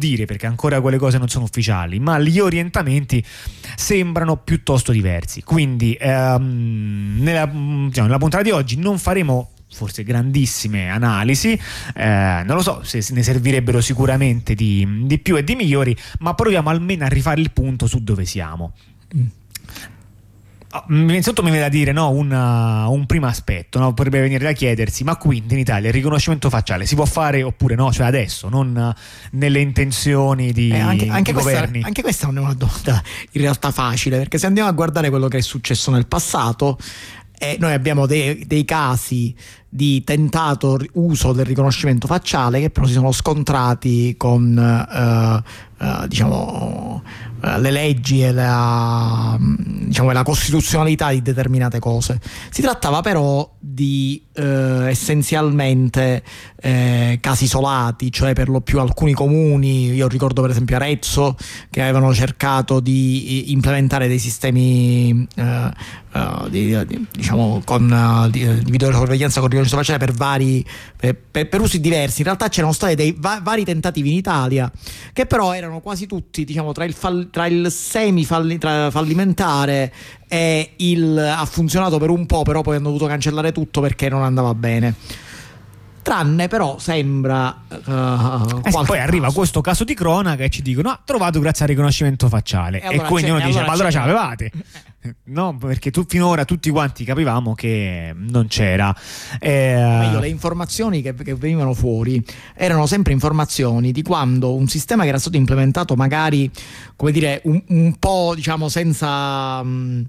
dire, perché ancora quelle cose non sono ufficiali, ma gli orientamenti sembrano piuttosto diversi. Quindi nella puntata di oggi non faremo forse grandissime analisi, non lo so se ne servirebbero sicuramente di più e di migliori, ma proviamo almeno a rifare il punto su dove siamo. Innanzitutto mi viene da dire, no, un primo aspetto, no? Potrebbe venire da chiedersi: ma quindi in Italia il riconoscimento facciale si può fare oppure no? Cioè adesso, non nelle intenzioni di governi. Anche questa non è una domanda in realtà facile, perché se andiamo a guardare quello che è successo nel passato, noi abbiamo dei casi di tentato uso del riconoscimento facciale che però si sono scontrati con le leggi e la costituzionalità di determinate cose. Si trattava però di essenzialmente casi isolati, cioè per lo più alcuni comuni. Io ricordo per esempio Arezzo, che avevano cercato di implementare dei sistemi di videosorveglianza con riconoscimento facciale per usi diversi. In realtà c'erano stati dei vari tentativi in Italia, che però erano quasi tutti, diciamo, tra il fallimentare e ha funzionato per un po', però poi hanno dovuto cancellare tutto perché non andava bene. Tranne però sembra poi arriva questo caso di cronaca e ci dicono: ha trovato grazie al riconoscimento facciale, e quindi uno dice: ma allora ce l'avevate? No, perché finora tutti quanti capivamo che non c'era. Meglio, le informazioni che venivano fuori erano sempre informazioni di quando un sistema che era stato implementato magari, come dire, un po', diciamo, senza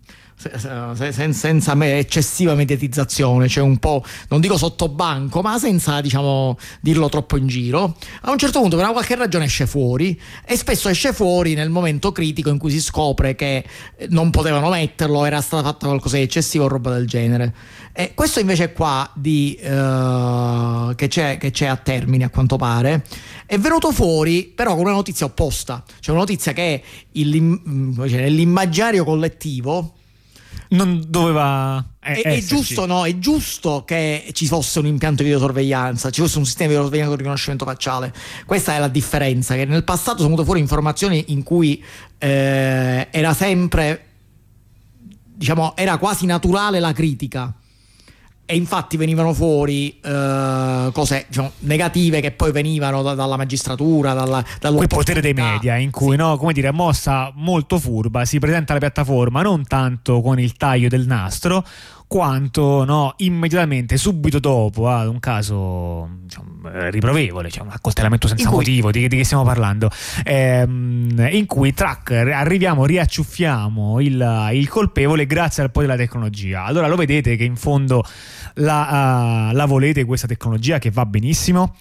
eccessiva mediatizzazione, cioè un po', non dico sottobanco, ma senza, diciamo, dirlo troppo in giro. A un certo punto per una qualche ragione esce fuori, e spesso esce fuori nel momento critico in cui si scopre che non potevano metterlo, era stata fatta qualcosa di eccessivo o roba del genere. E questo invece qua che c'è a Termini, a quanto pare, è venuto fuori però con una notizia opposta, cioè una notizia che nell'immaginario collettivo non doveva è giusto, no? È giusto che ci fosse un impianto di videosorveglianza, ci fosse un sistema di videosorveglianza con riconoscimento facciale. Questa è la differenza, che nel passato sono venute fuori informazioni in cui era sempre, diciamo, era quasi naturale la critica, e infatti venivano fuori cose, diciamo, negative che poi venivano dalla magistratura, quel potere dei media in cui, no, come dire, mossa molto furba, si presenta la piattaforma non tanto con il taglio del nastro quanto, no, immediatamente, subito dopo un caso, diciamo, riprovevole, cioè un accoltellamento senza motivo. Di che stiamo parlando? In cui arriviamo, riacciuffiamo il colpevole grazie al potere della tecnologia. Allora lo vedete che in fondo la volete questa tecnologia, che va benissimo.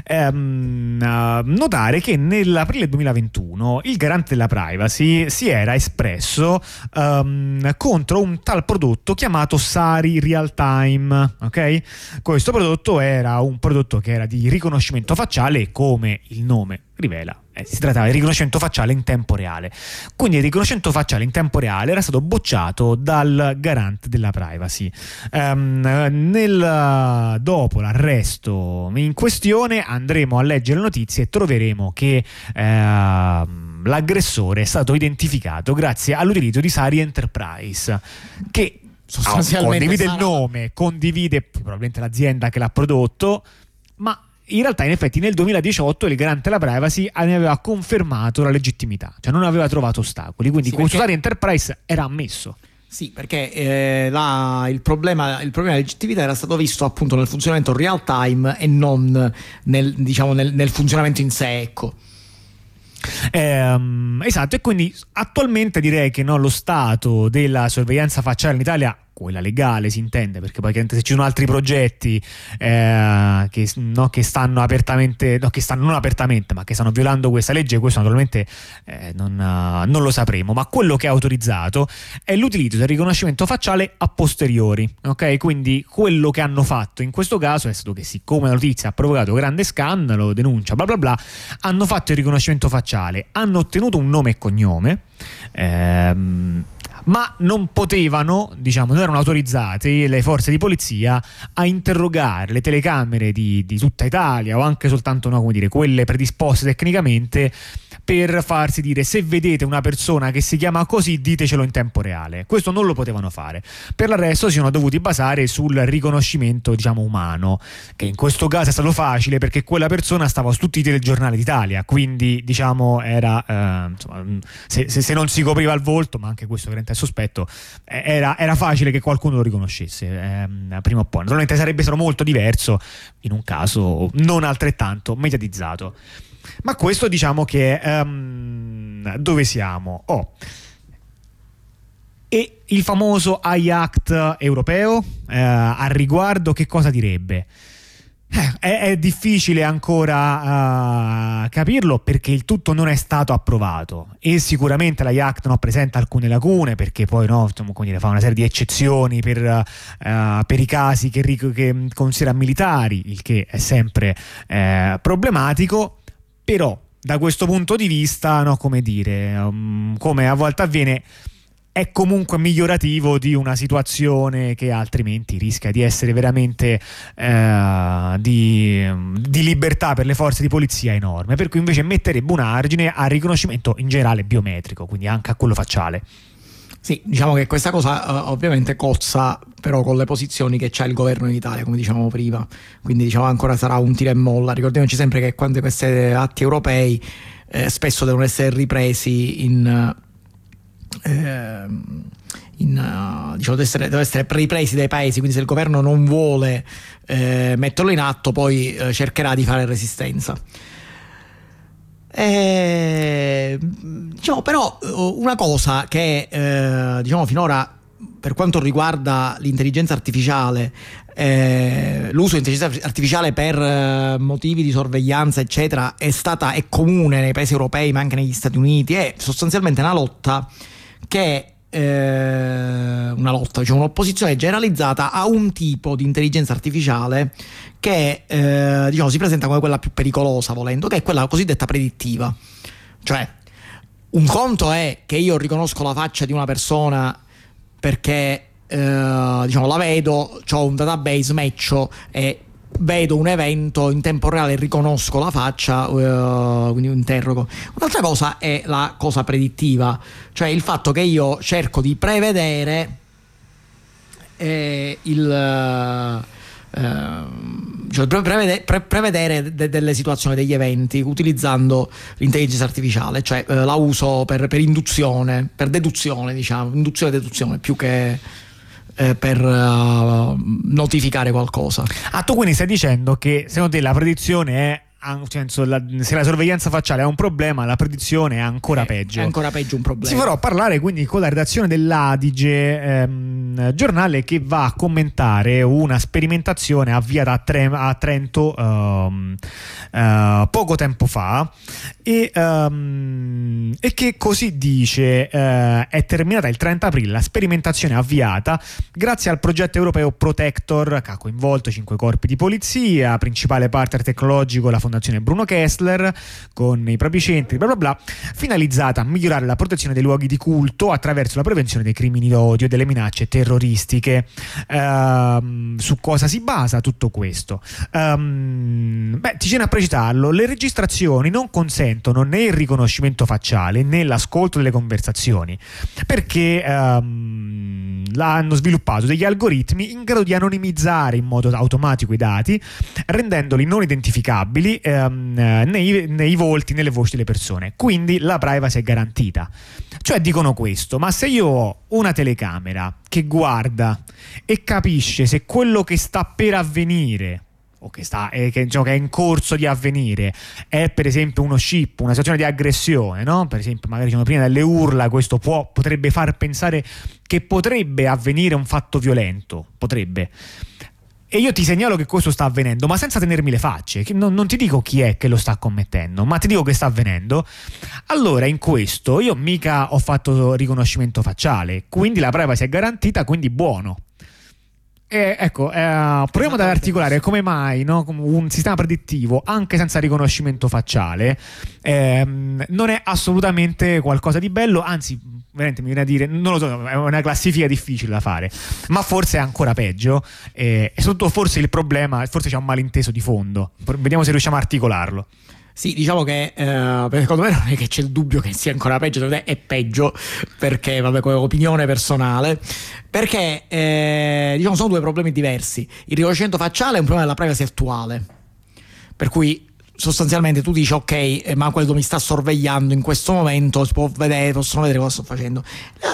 Notare che nell'aprile 2021 il garante della privacy si era espresso contro un tal prodotto chiamato Sari Real Time, ok? Questo prodotto era un prodotto che era di riconoscimento facciale e, come il nome rivela, si trattava di riconoscimento facciale in tempo reale. Quindi il riconoscimento facciale in tempo reale era stato bocciato dal garante della privacy. Dopo l'arresto in questione andremo a leggere le notizie e troveremo che l'aggressore è stato identificato grazie all'utilizzo di Sari Enterprise, che sostanzialmente condivide il nome, condivide probabilmente l'azienda che l'ha prodotto, ma in realtà in effetti nel 2018 il garante della privacy ne aveva confermato la legittimità, cioè non aveva trovato ostacoli, quindi con Sari Enterprise era ammesso. Sì, perché il problema di legittimità era stato visto appunto nel funzionamento real time e non nel funzionamento in sé, ecco. Esatto, e quindi attualmente direi che, no, lo stato della sorveglianza facciale in Italia, quella legale si intende, perché poi se ci sono altri progetti che stanno apertamente, non apertamente, ma che stanno violando questa legge, questo naturalmente non lo sapremo, ma quello che è autorizzato è l'utilizzo del riconoscimento facciale a posteriori, ok? Quindi quello che hanno fatto in questo caso è stato che, siccome la notizia ha provocato grande scandalo, denuncia, bla bla bla, hanno fatto il riconoscimento facciale, hanno ottenuto un nome e cognome, ma non potevano, diciamo, non erano autorizzate le forze di polizia a interrogare le telecamere di tutta Italia o anche soltanto, no, come dire, quelle predisposte tecnicamente, per farsi dire: se vedete una persona che si chiama così, ditecelo in tempo reale. Questo non lo potevano fare. Per l'arresto si sono dovuti basare sul riconoscimento, diciamo, umano, che in questo caso è stato facile perché quella persona stava su tutti i telegiornali d'Italia, quindi, diciamo, era insomma, se non si copriva il volto, ma anche questo veramente è sospetto, era facile che qualcuno lo riconoscesse prima o poi. Naturalmente sarebbe stato molto diverso in un caso non altrettanto mediatizzato. Ma questo, diciamo, che dove siamo? E il famoso AI Act europeo al riguardo che cosa direbbe? È difficile ancora capirlo, perché il tutto non è stato approvato e sicuramente l'AI Act, no, presenta alcune lacune, perché poi, no, come dire, fa una serie di eccezioni per i casi che considera militari, il che è sempre problematico. Però da questo punto di vista, no, come dire, come a volte avviene, è comunque migliorativo di una situazione che altrimenti rischia di essere veramente di libertà per le forze di polizia enorme, per cui invece metterebbe un argine al riconoscimento in generale biometrico, quindi anche a quello facciale. Sì, diciamo che questa cosa ovviamente cozza però con le posizioni che c'ha il governo in Italia, come dicevamo prima, quindi, diciamo, ancora sarà un tira e molla. Ricordiamoci sempre che quando questi atti europei spesso devono essere ripresi diciamo, devono essere ripresi dai paesi, quindi se il governo non vuole metterlo in atto, poi cercherà di fare resistenza. Diciamo, però una cosa che diciamo finora, per quanto riguarda l'intelligenza artificiale, l'uso di intelligenza artificiale per motivi di sorveglianza eccetera è comune nei paesi europei, ma anche negli Stati Uniti. È sostanzialmente una lotta che diciamo, un'opposizione generalizzata a un tipo di intelligenza artificiale che diciamo si presenta come quella più pericolosa, volendo, che è quella cosiddetta predittiva. Cioè, un conto è che io riconosco la faccia di una persona perché diciamo la vedo, ho un database, matcho e vedo un evento in tempo reale, riconosco la faccia, quindi interrogo. Un'altra cosa è la cosa predittiva, cioè il fatto che io cerco di prevedere prevedere delle situazioni, degli eventi, utilizzando l'intelligenza artificiale, cioè la uso per induzione, per deduzione, diciamo, induzione e deduzione, più che per notificare qualcosa. Tu quindi stai dicendo che secondo te la predizione è, se la sorveglianza facciale è un problema, la predizione è ancora peggio. È ancora peggio un problema. Si farò parlare quindi con la redazione dell'Adige, giornale che va a commentare una sperimentazione avviata a Trento poco tempo fa e che così dice: è terminata il 30 aprile la sperimentazione avviata grazie al progetto europeo Protector, che ha coinvolto 5 corpi di polizia, principale partner tecnologico la Fondazione Bruno Kessler con i propri centri, bla bla bla, finalizzata a migliorare la protezione dei luoghi di culto attraverso la prevenzione dei crimini d'odio e delle minacce terroristiche. Su cosa si basa tutto questo? Ti tiene a precisarlo: le registrazioni non consentono né il riconoscimento facciale né l'ascolto delle conversazioni, perché hanno sviluppato degli algoritmi in grado di anonimizzare in modo automatico i dati, rendendoli non identificabili nei volti, nelle voci delle persone. Quindi la privacy è garantita. Cioè, dicono questo: ma se io ho una telecamera che guarda e capisce se quello che sta per avvenire o che è in corso di avvenire è per esempio uno scippo, una situazione di aggressione, no? Per esempio, magari diciamo, prima delle urla, questo potrebbe far pensare che potrebbe avvenire un fatto violento, potrebbe. E io ti segnalo che questo sta avvenendo, ma senza tenermi le facce, che non ti dico chi è che lo sta commettendo, ma ti dico che sta avvenendo. Allora, in questo io mica ho fatto riconoscimento facciale, quindi la privacy è garantita, quindi buono. Ecco, proviamo ad articolare come mai, no, un sistema predittivo anche senza riconoscimento facciale non è assolutamente qualcosa di bello, anzi veramente mi viene a dire, non lo so, è una classifica difficile da fare, ma forse è ancora peggio, e soprattutto forse il problema, forse c'è un malinteso di fondo, vediamo se riusciamo a articolarlo. Sì, diciamo che secondo me non è che c'è il dubbio che sia ancora peggio, secondo me è peggio, perché, vabbè, come opinione personale, perché diciamo sono due problemi diversi. Il riconoscimento facciale è un problema della privacy attuale, per cui sostanzialmente tu dici ok, ma quello mi sta sorvegliando in questo momento, si può vedere, possono vedere cosa sto facendo.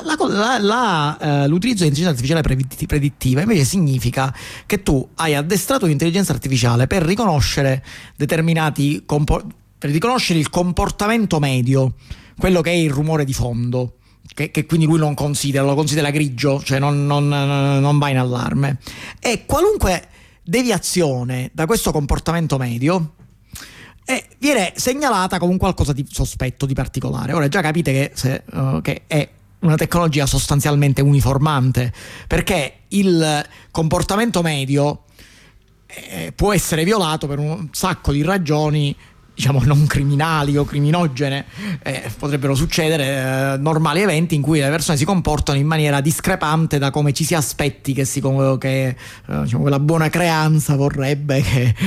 L'utilizzo di intelligenza artificiale predittiva invece significa che tu hai addestrato l'intelligenza artificiale per riconoscere determinati per riconoscere il comportamento medio, quello che è il rumore di fondo, che quindi lui non considera, lo considera grigio, cioè non va in allarme, e qualunque deviazione da questo comportamento medio viene segnalata come un qualcosa di sospetto, di particolare. Ora già capite che è una tecnologia sostanzialmente uniformante, perché il comportamento medio può essere violato per un sacco di ragioni, diciamo non criminali o criminogene. Potrebbero succedere normali eventi in cui le persone si comportano in maniera discrepante da come ci si aspetti che diciamo, la buona creanza vorrebbe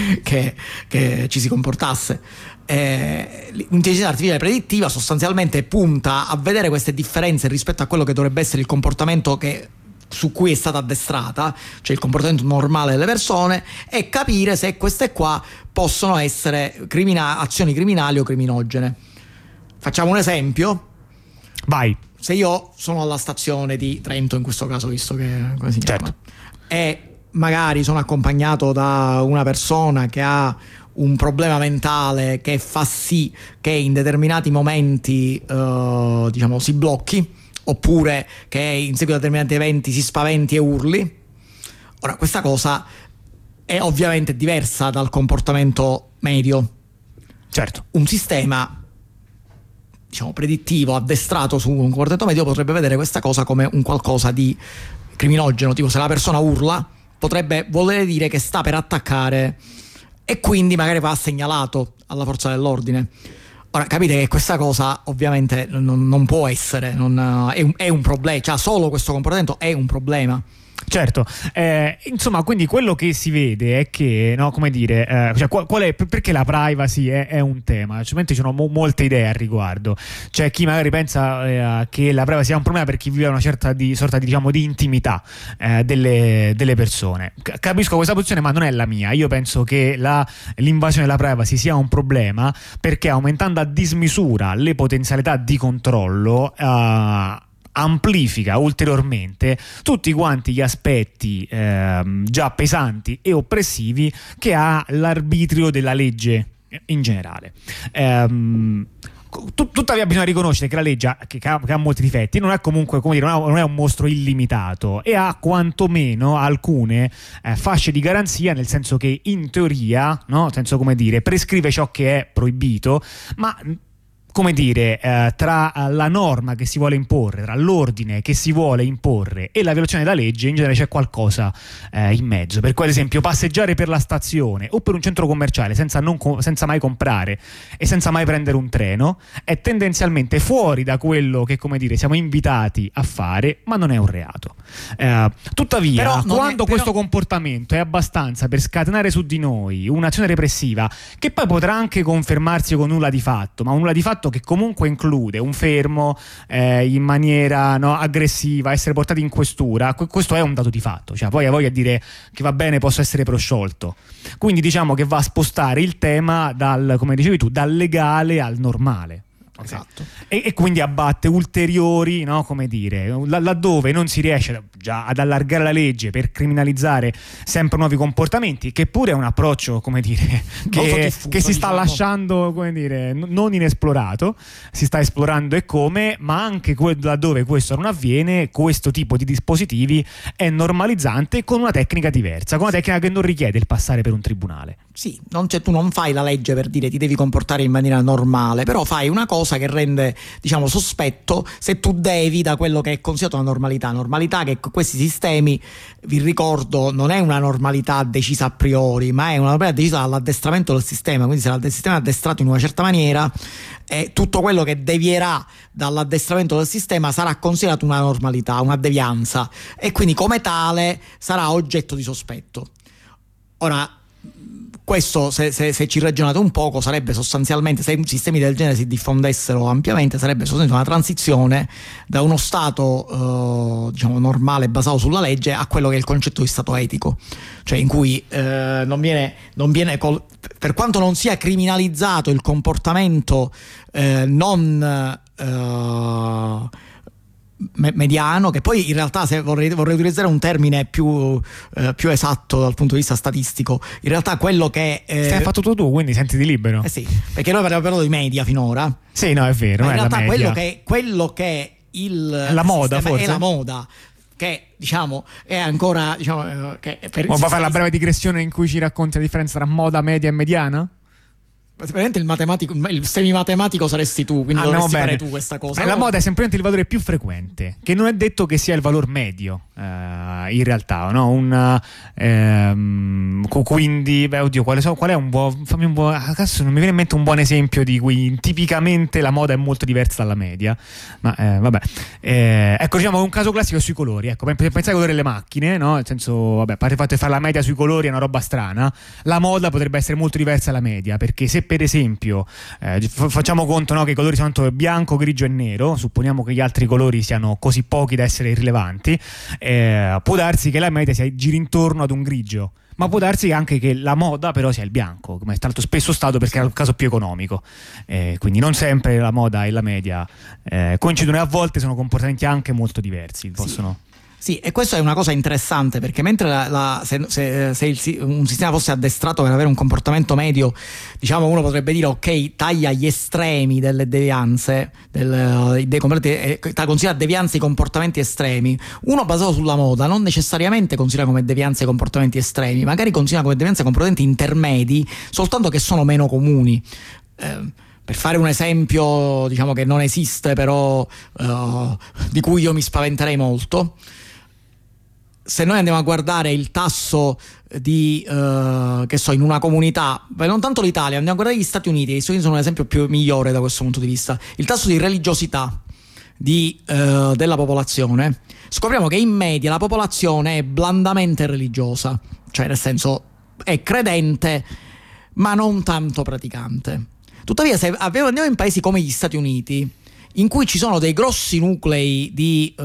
che ci si comportasse. L'intelligenza artificiale predittiva sostanzialmente punta a vedere queste differenze rispetto a quello che dovrebbe essere il comportamento su cui è stata addestrata, cioè il comportamento normale delle persone, e capire se queste qua possono essere azioni criminali o criminogene. Facciamo un esempio. Vai. Se io sono alla stazione di Trento, in questo caso, visto che come si chiama, certo, e magari sono accompagnato da una persona che ha un problema mentale che fa sì che in determinati momenti diciamo si blocchi, oppure che in seguito a determinati eventi si spaventi e urli. Ora, questa cosa è ovviamente diversa dal comportamento medio. Certo. Un sistema, diciamo, predittivo addestrato su un comportamento medio potrebbe vedere questa cosa come un qualcosa di criminogeno, tipo se la persona urla potrebbe voler dire che sta per attaccare, e quindi magari va segnalato alla forza dell'ordine. Ora capite che questa cosa ovviamente non può essere, è un problema, cioè solo questo comportamento è un problema. Certo, insomma, quindi quello che si vede è che, no, come dire, cioè, perché la privacy è un tema. Ci sono molte idee al riguardo. C'è chi magari pensa che la privacy è un problema per chi vive una sorta di diciamo di intimità delle persone. Capisco questa posizione, ma non è la mia. Io penso che l'invasione della privacy sia un problema perché, aumentando a dismisura le potenzialità di controllo, amplifica ulteriormente tutti quanti gli aspetti già pesanti e oppressivi che ha l'arbitrio della legge in generale. Tuttavia bisogna riconoscere che la legge che ha molti difetti non è comunque, come dire, non è un mostro illimitato, e ha quantomeno alcune fasce di garanzia, nel senso che in teoria, no, nel senso, come dire, prescrive ciò che è proibito, ma come dire, tra la norma che si vuole imporre, tra l'ordine che si vuole imporre e la violazione della legge, in genere c'è qualcosa in mezzo. Per cui, ad esempio, passeggiare per la stazione o per un centro commerciale senza mai comprare e senza mai prendere un treno è tendenzialmente fuori da quello che, come dire, siamo invitati a fare, ma non è un reato. Tuttavia, quando questo comportamento è abbastanza per scatenare su di noi un'azione repressiva, che poi potrà anche confermarsi con nulla di fatto, ma un nulla di fatto che comunque include un fermo in maniera, no, aggressiva, essere portati in questura, questo è un dato di fatto. Cioè, poi a voglia dire che va bene, posso essere prosciolto. Quindi diciamo che va a spostare il tema come dicevi tu, dal legale al normale. Esatto. E quindi abbatte ulteriori, no, come dire, laddove non si riesce già ad allargare la legge per criminalizzare sempre nuovi comportamenti, che pure è un approccio, come dire, che si sta lasciando, come dire, non inesplorato, si sta esplorando e come, ma anche laddove questo non avviene, questo tipo di dispositivi è normalizzante con una tecnica diversa, con una tecnica che non richiede il passare per un tribunale. sì, tu non fai la legge per dire ti devi comportare in maniera normale, però fai una cosa che rende, diciamo, sospetto se tu devi da quello che è considerato una normalità che questi sistemi, vi ricordo, non è una normalità decisa a priori, ma è una normalità decisa dall'addestramento del sistema. Quindi se il sistema è addestrato in una certa maniera, tutto quello che devierà dall'addestramento del sistema sarà considerato una normalità, una devianza, e quindi come tale sarà oggetto di sospetto. Ora, questo, se ci ragionate un poco, sarebbe sostanzialmente, se sistemi del genere si diffondessero ampiamente, sarebbe sostanzialmente una transizione da uno Stato diciamo normale, basato sulla legge, a quello che è il concetto di Stato etico, cioè in cui non viene per quanto non sia criminalizzato il comportamento non mediano, che poi in realtà, se vorrei utilizzare un termine più esatto dal punto di vista statistico, in realtà quello che hai fatto tu, quindi sentiti libero. Sì, perché noi abbiamo parlato di media finora. Sì, no, è vero, ma in realtà quello che la moda, forse è la moda, che diciamo è ancora, diciamo, che può fare la breve digressione in cui ci racconti la differenza tra moda, media e mediana? Praticamente il semi-matematico saresti tu, quindi dovresti fare tu questa cosa. La moda è semplicemente il valore più frequente, che non è detto che sia il valor medio, in realtà, no? Quindi, qual è un buon, fammi un buon, adesso non mi viene in mente un buon esempio di cui tipicamente la moda è molto diversa dalla media, ma vabbè. Ecco, diciamo un caso classico è sui colori. Ecco, pensate ai colori delle macchine, no? Nel senso, vabbè, fate fare la media sui colori è una roba strana. La moda potrebbe essere molto diversa dalla media, perché se per esempio facciamo conto, no, che i colori sono tanto bianco, grigio e nero, supponiamo che gli altri colori siano così pochi da essere irrilevanti, può darsi che la media giri intorno ad un grigio, ma può darsi anche che la moda però sia il bianco, come è stato spesso stato, perché era il caso più economico, quindi non sempre la moda e la media coincidono, e a volte sono comportamenti anche molto diversi, possono... Sì, e questo è una cosa interessante, perché mentre se un sistema fosse addestrato per avere un comportamento medio, diciamo, uno potrebbe dire ok, taglia gli estremi delle devianze, considera devianze i comportamenti estremi. Uno basato sulla moda non necessariamente considera come devianze i comportamenti estremi, magari considera come devianze comportamenti intermedi, soltanto che sono meno comuni. Per fare un esempio, diciamo, che non esiste, però di cui io mi spaventerei molto, se noi andiamo a guardare il tasso di che so, in una comunità, non tanto l'Italia, andiamo a guardare gli Stati Uniti. Gli Stati Uniti sono un esempio più migliore da questo punto di vista. Il tasso di religiosità della popolazione, scopriamo che in media la popolazione è blandamente religiosa, cioè nel senso è credente ma non tanto praticante. Tuttavia, se andiamo in paesi come gli Stati Uniti, in cui ci sono dei grossi nuclei di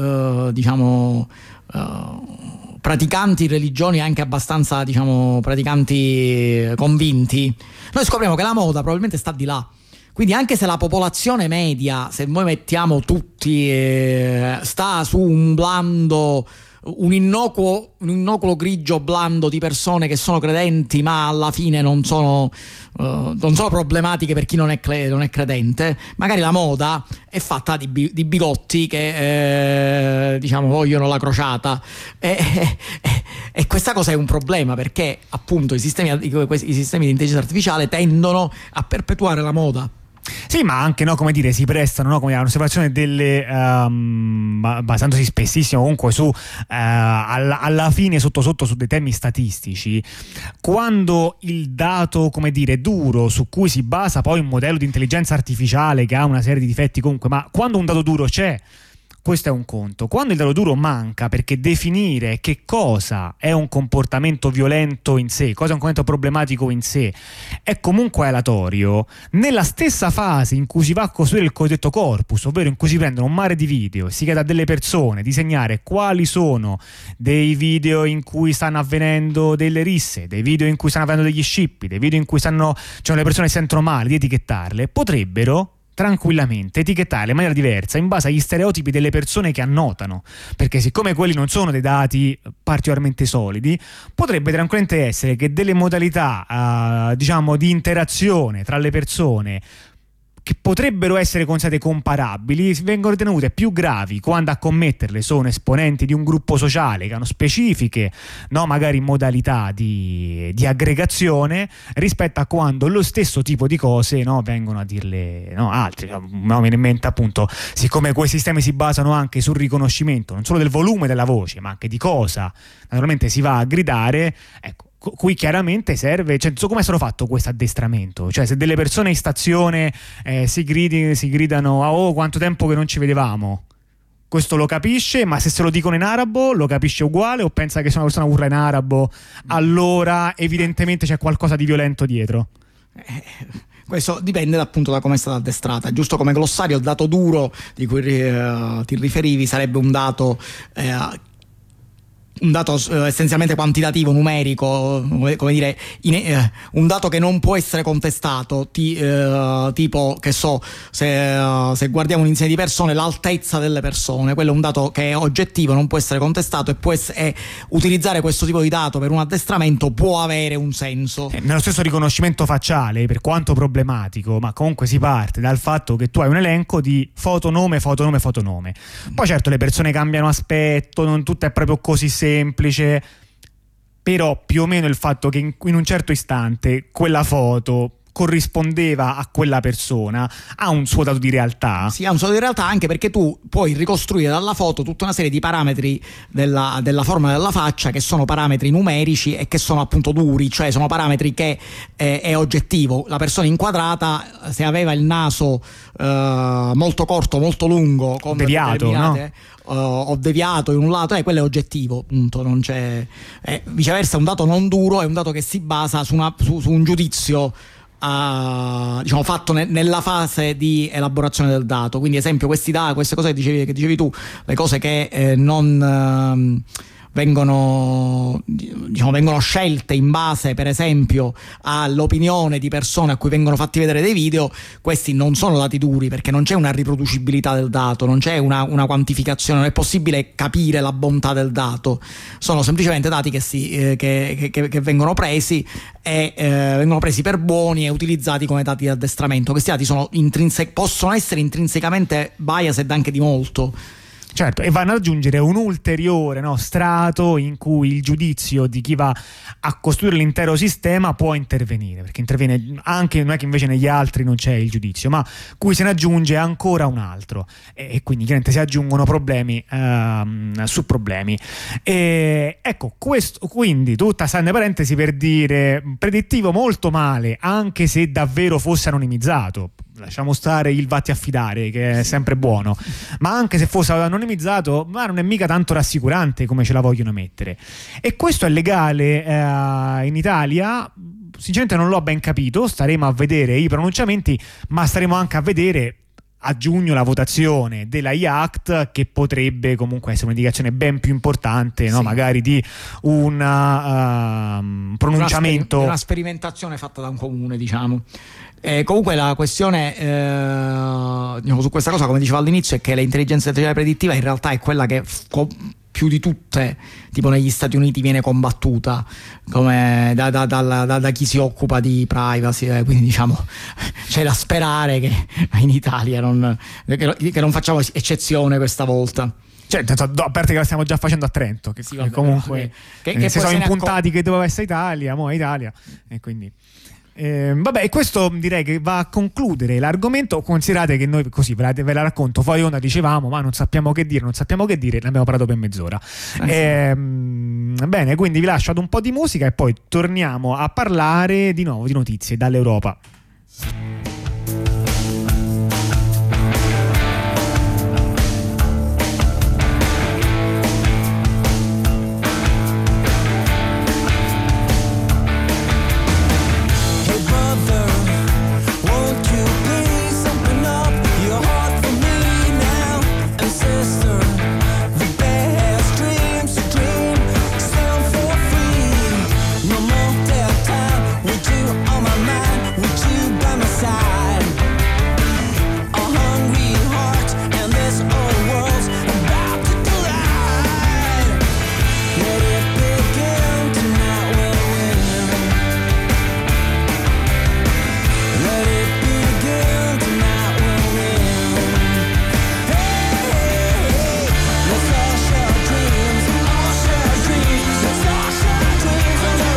praticanti religioni, anche abbastanza, diciamo, praticanti convinti, noi scopriamo che la moda probabilmente sta di là. Quindi anche se la popolazione media, se noi mettiamo tutti, sta su un innocuo grigio blando di persone che sono credenti, ma alla fine non sono problematiche per chi non è credente, magari la moda è fatta di bigotti che diciamo vogliono la crociata, e questa cosa è un problema, perché appunto i sistemi di intelligenza artificiale tendono a perpetuare la moda. Sì, ma anche, no, come dire, si prestano, no, come un'osservazione delle basandosi spessissimo comunque su alla fine sotto su dei temi statistici, quando il dato, come dire, duro su cui si basa poi un modello di intelligenza artificiale che ha una serie di difetti comunque, ma quando un dato duro c'è, questo è un conto. Quando il dato duro manca, perché definire che cosa è un comportamento violento in sé, cosa è un comportamento problematico in sé, è comunque aleatorio, nella stessa fase in cui si va a costruire il cosiddetto corpus, ovvero in cui si prendono un mare di video e si chiede a delle persone di segnare quali sono dei video in cui stanno avvenendo delle risse, dei video in cui stanno avvenendo degli scippi, dei video in cui le persone si sentono male, di etichettarle, potrebbero tranquillamente etichettare in maniera diversa in base agli stereotipi delle persone che annotano, perché siccome quelli non sono dei dati particolarmente solidi, potrebbe tranquillamente essere che delle modalità diciamo di interazione tra le persone che potrebbero essere considerate comparabili vengono ritenute più gravi quando a commetterle sono esponenti di un gruppo sociale che hanno specifiche, no, magari modalità di aggregazione, rispetto a quando lo stesso tipo di cose, no, vengono a dirle, no, altri. No, mi viene in mente appunto, siccome quei sistemi si basano anche sul riconoscimento non solo del volume della voce ma anche di cosa naturalmente si va a gridare, ecco, qui chiaramente serve, cioè, so come è stato fatto questo addestramento, cioè se delle persone in stazione si gridano oh quanto tempo che non ci vedevamo, questo lo capisce, ma se lo dicono in arabo lo capisce uguale, o pensa che se una persona urla in arabo allora evidentemente c'è qualcosa di violento dietro? Questo dipende appunto da come è stata addestrata. Giusto come glossario, il dato duro di cui ti riferivi sarebbe un dato essenzialmente quantitativo, numerico, come dire, un dato che non può essere contestato, tipo, che so, se guardiamo un insieme di persone, l'altezza delle persone, quello è un dato che è oggettivo, non può essere contestato, e utilizzare questo tipo di dato per un addestramento può avere un senso. Nello stesso riconoscimento facciale, per quanto problematico, ma comunque si parte dal fatto che tu hai un elenco di fotonome, fotonome, fotonome. Poi certo le persone cambiano aspetto, non tutto è proprio così semplice, però più o meno il fatto che in un certo istante quella foto corrispondeva a quella persona ha un suo dato di realtà. Sì, ha un suo dato di realtà, anche perché tu puoi ricostruire dalla foto tutta una serie di parametri della forma della faccia, che sono parametri numerici e che sono appunto duri, cioè sono parametri che è oggettivo. La persona inquadrata, se aveva il naso molto corto, molto lungo, con deviato, no? O deviato in un lato, quello è oggettivo, appunto, non c'è. Viceversa, un dato non duro è un dato che si basa su un giudizio diciamo fatto nella fase di elaborazione del dato. Quindi esempio, queste cose che dicevi tu, le cose che non vengono scelte in base, per esempio, all'opinione di persone a cui vengono fatti vedere dei video, questi non sono dati duri, perché non c'è una riproducibilità del dato, non c'è una quantificazione, non è possibile capire la bontà del dato, sono semplicemente dati che vengono presi vengono presi per buoni e utilizzati come dati di addestramento. Questi dati possono essere intrinsecamente biased anche di molto. Certo, e vanno ad aggiungere un ulteriore, no, strato in cui il giudizio di chi va a costruire l'intero sistema può intervenire, perché interviene anche, non è che invece negli altri non c'è il giudizio, ma cui se ne aggiunge ancora un altro, e quindi chiaramente si aggiungono problemi su problemi. E ecco, questo quindi tutta sanne parentesi per dire predittivo molto male, anche se davvero fosse anonimizzato. Lasciamo stare il vatti a fidare, che è sempre buono, ma anche se fosse anonimizzato, ma non è mica tanto rassicurante come ce la vogliono mettere. E questo è legale in Italia? Sinceramente non l'ho ben capito, staremo a vedere i pronunciamenti, ma staremo anche a vedere a giugno la votazione della IACT, che potrebbe comunque essere un'indicazione ben più importante, no? Sì. Magari di un pronunciamento, una sperimentazione fatta da un comune, diciamo. Comunque la questione su questa cosa, come dicevo all'inizio, è che l'intelligenza artificiale predittiva in realtà è quella che più di tutte, tipo negli Stati Uniti, viene combattuta come da chi si occupa di privacy, quindi diciamo c'è da sperare che in Italia non facciamo eccezione questa volta. Cioè, a parte che la stiamo già facendo a Trento, che sì, vabbè, comunque che si sono impuntati che doveva essere Italia, mo è Italia, e quindi vabbè, e questo direi che va a concludere l'argomento. Considerate che noi così ve la racconto fuori onda, dicevamo ma non sappiamo che dire, ne abbiamo parlato per mezz'ora. Bene, quindi vi lascio ad un po' di musica e poi torniamo a parlare di nuovo di notizie dall'Europa.